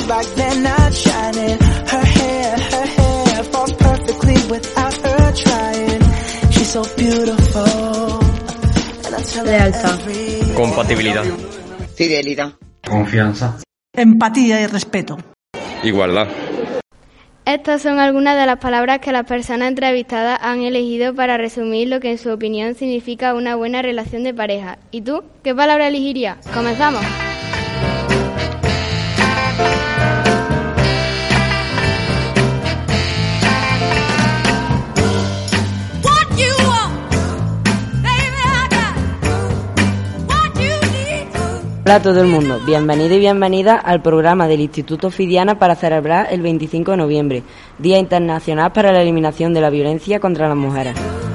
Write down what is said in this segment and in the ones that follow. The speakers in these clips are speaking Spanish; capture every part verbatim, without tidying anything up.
like they're not shining. Her hair, her hair falls perfectly without her trying. She's so beautiful. Lealtad. Compatibilidad. Fidelidad. Confianza. Empatía y respeto. Igualdad. Estas son algunas de las palabras que las personas entrevistadas han elegido para resumir lo que en su opinión significa una buena relación de pareja. ¿Y tú? ¿Qué palabra elegirías? ¡Comenzamos! Hola a todo el mundo, bienvenido y bienvenida al programa del Instituto Fidiana para celebrar el veinticinco de noviembre, Día Internacional para la Eliminación de la Violencia contra las Mujeres.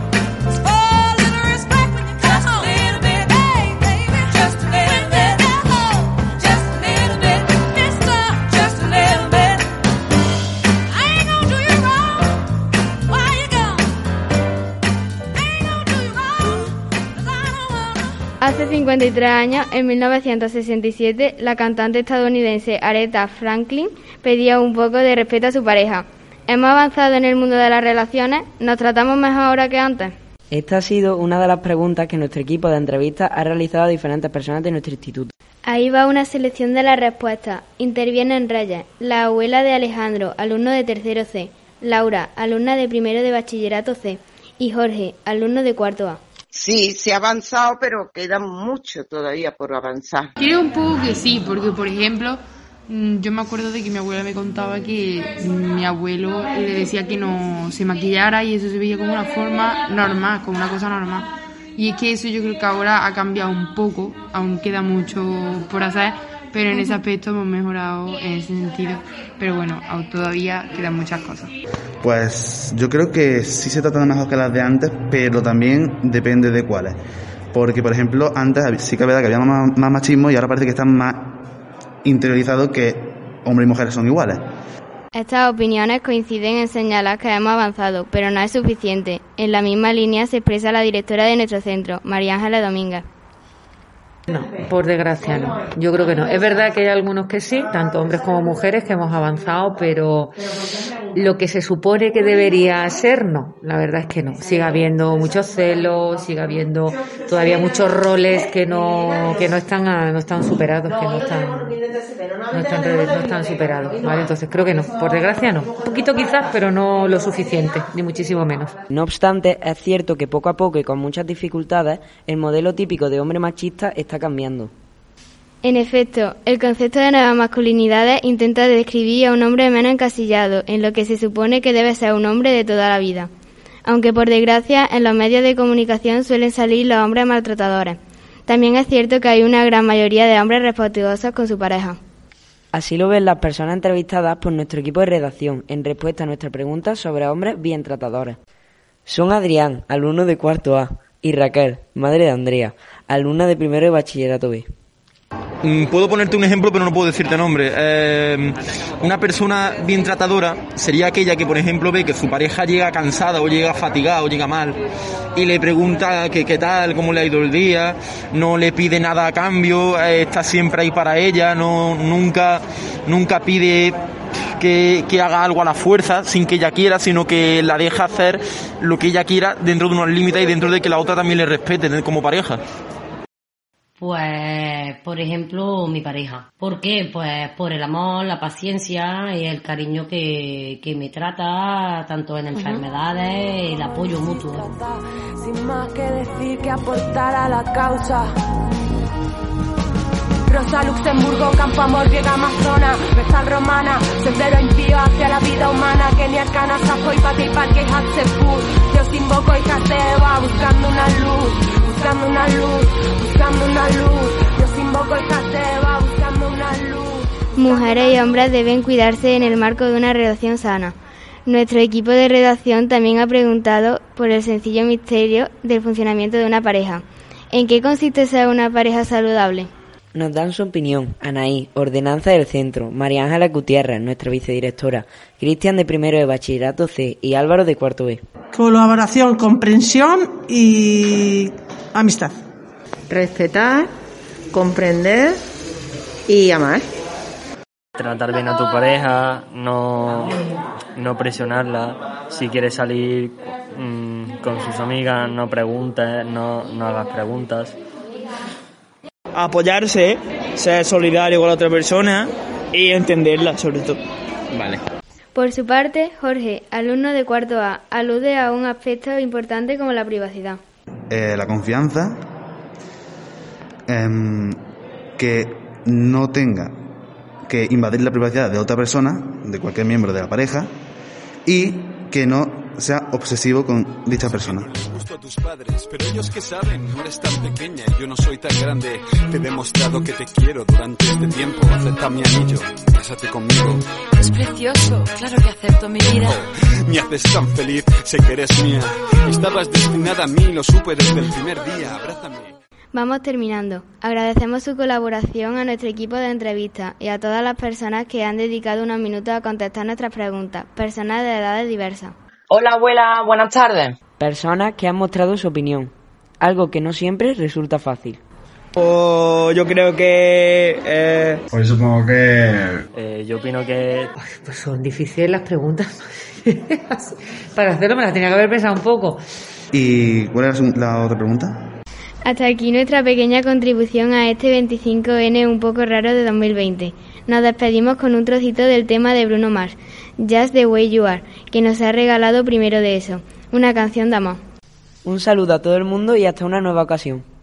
Hace cincuenta y tres años, en mil novecientos sesenta y siete, la cantante estadounidense Aretha Franklin pedía un poco de respeto a su pareja. ¿Hemos avanzado en el mundo de las relaciones? ¿Nos tratamos mejor ahora que antes? Esta ha sido una de las preguntas que nuestro equipo de entrevistas ha realizado a diferentes personas de nuestro instituto. Ahí va una selección de las respuestas. Intervienen Reyes, la abuela de Alejandro, alumno de tercero C, Laura, alumna de primero de bachillerato C, y Jorge, alumno de cuarto A. Sí, se ha avanzado, pero queda mucho todavía por avanzar. Creo un poco que sí, porque por ejemplo, yo me acuerdo de que mi abuela me contaba que mi abuelo le decía que no se maquillara y eso se veía como una forma normal, como una cosa normal. Y es que eso yo creo que ahora ha cambiado un poco, aún queda mucho por hacer, pero en ese aspecto hemos mejorado en ese sentido. Pero bueno, aún todavía quedan muchas cosas. Pues yo creo que sí se tratan mejor que las de antes, pero también depende de cuáles. Porque, por ejemplo, antes sí que es verdad que había más, más machismo y ahora parece que están más interiorizados que hombres y mujeres son iguales. Estas opiniones coinciden en señalar que hemos avanzado, pero no es suficiente. En la misma línea se expresa la directora de nuestro centro, María Ángeles Domínguez. No, por desgracia no. Yo creo que no. Es verdad que hay algunos que sí, tanto hombres como mujeres, que hemos avanzado, pero lo que se supone que debería ser, no. La verdad es que no. Sigue habiendo muchos celos, sigue habiendo todavía muchos roles que no que no están no están superados, que no están no están, no están superados, ¿vale? Entonces creo que no. Por desgracia no. Un poquito quizás, pero no lo suficiente, ni muchísimo menos. No obstante, es cierto que poco a poco y con muchas dificultades, el modelo típico de hombre machista está cambiando. En efecto, el concepto de nuevas masculinidades intenta describir a un hombre menos encasillado en lo que se supone que debe ser un hombre de toda la vida. Aunque por desgracia en los medios de comunicación suelen salir los hombres maltratadores. También es cierto que hay una gran mayoría de hombres respetuosos con su pareja. Así lo ven las personas entrevistadas por nuestro equipo de redacción en respuesta a nuestra pregunta sobre hombres bien tratadores. Son Adrián, alumno de cuarto A, y Raquel, madre de Andrea, alumna de primero de bachillerato B. Puedo ponerte un ejemplo, pero no puedo decirte nombre. Eh, una persona bien tratadora sería aquella que, por ejemplo, ve que su pareja llega cansada o llega fatigada o llega mal y le pregunta que qué tal, cómo le ha ido el día, no le pide nada a cambio, eh, está siempre ahí para ella, no nunca nunca pide que, que haga algo a la fuerza sin que ella quiera, sino que la deja hacer lo que ella quiera dentro de unos límites y dentro de que la otra también le respete como pareja. Pues, por ejemplo, mi pareja. ¿Por qué? Pues por el amor, la paciencia y el cariño que, que me trata, tanto en enfermedades, el apoyo mutuo. Sin más que decir que aportar a la causa. Rosa Luxemburgo, Campo Amor, Griega Amazona, Vestal Romana, sendero impío hacia la vida humana, Kenia, Cana, Safo y Pati, Parque, Hatzepur. Dios invoco y Cateba, buscando una luz, buscando una luz, buscando una luz. Dios invoco y Cateba, buscando una luz. Mujeres y hombres deben cuidarse en el marco de una relación sana. Nuestro equipo de redacción también ha preguntado por el sencillo misterio del funcionamiento de una pareja. ¿En qué consiste ser una pareja saludable? Nos dan su opinión Anaí, ordenanza del centro, María Ángeles Gutiérrez, nuestra vicedirectora, Cristian de primero de bachillerato C y Álvaro de cuarto B. Colaboración, comprensión y amistad. Respetar, comprender y amar. Tratar bien a tu pareja, no, no presionarla. Si quieres salir mmm, con sus amigas, no preguntes, no, no hagas preguntas. Apoyarse, ser solidario con la otra persona y entenderla, sobre todo. Vale. Por su parte, Jorge, alumno de cuarto A, alude a un aspecto importante como la privacidad. Eh, la confianza, eh, que no tenga que invadir la privacidad de otra persona, de cualquier miembro de la pareja, y que no sea obsesivo con dicha persona. A tus padres, pero ellos que saben, no eres tan pequeña y yo no soy tan grande. Te he demostrado que te quiero durante este tiempo. Acepta mi anillo, cásate conmigo. Es precioso, claro que acepto mi vida. Oh, me haces tan feliz, sé que eres mía. Estabas destinada a mí, lo supe desde el primer día. Abrázame. Vamos terminando. Agradecemos su colaboración a nuestro equipo de entrevistas y a todas las personas que han dedicado unos minutos a contestar nuestras preguntas, personas de edades diversas. Hola abuela, buenas tardes. Personas que han mostrado su opinión, algo que no siempre resulta fácil. O yo creo que... Eh... Pues supongo que... Eh, yo opino que... Ay, pues son difíciles las preguntas. Para hacerlo me las tenía que haber pensado un poco. ¿Y cuál era la otra pregunta? Hasta aquí nuestra pequeña contribución a este veinticinco ene un poco raro de dos mil veinte. Nos despedimos con un trocito del tema de Bruno Mars, Just the Way You Are, que nos ha regalado primero de eso, una canción de amor. Un saludo a todo el mundo y hasta una nueva ocasión.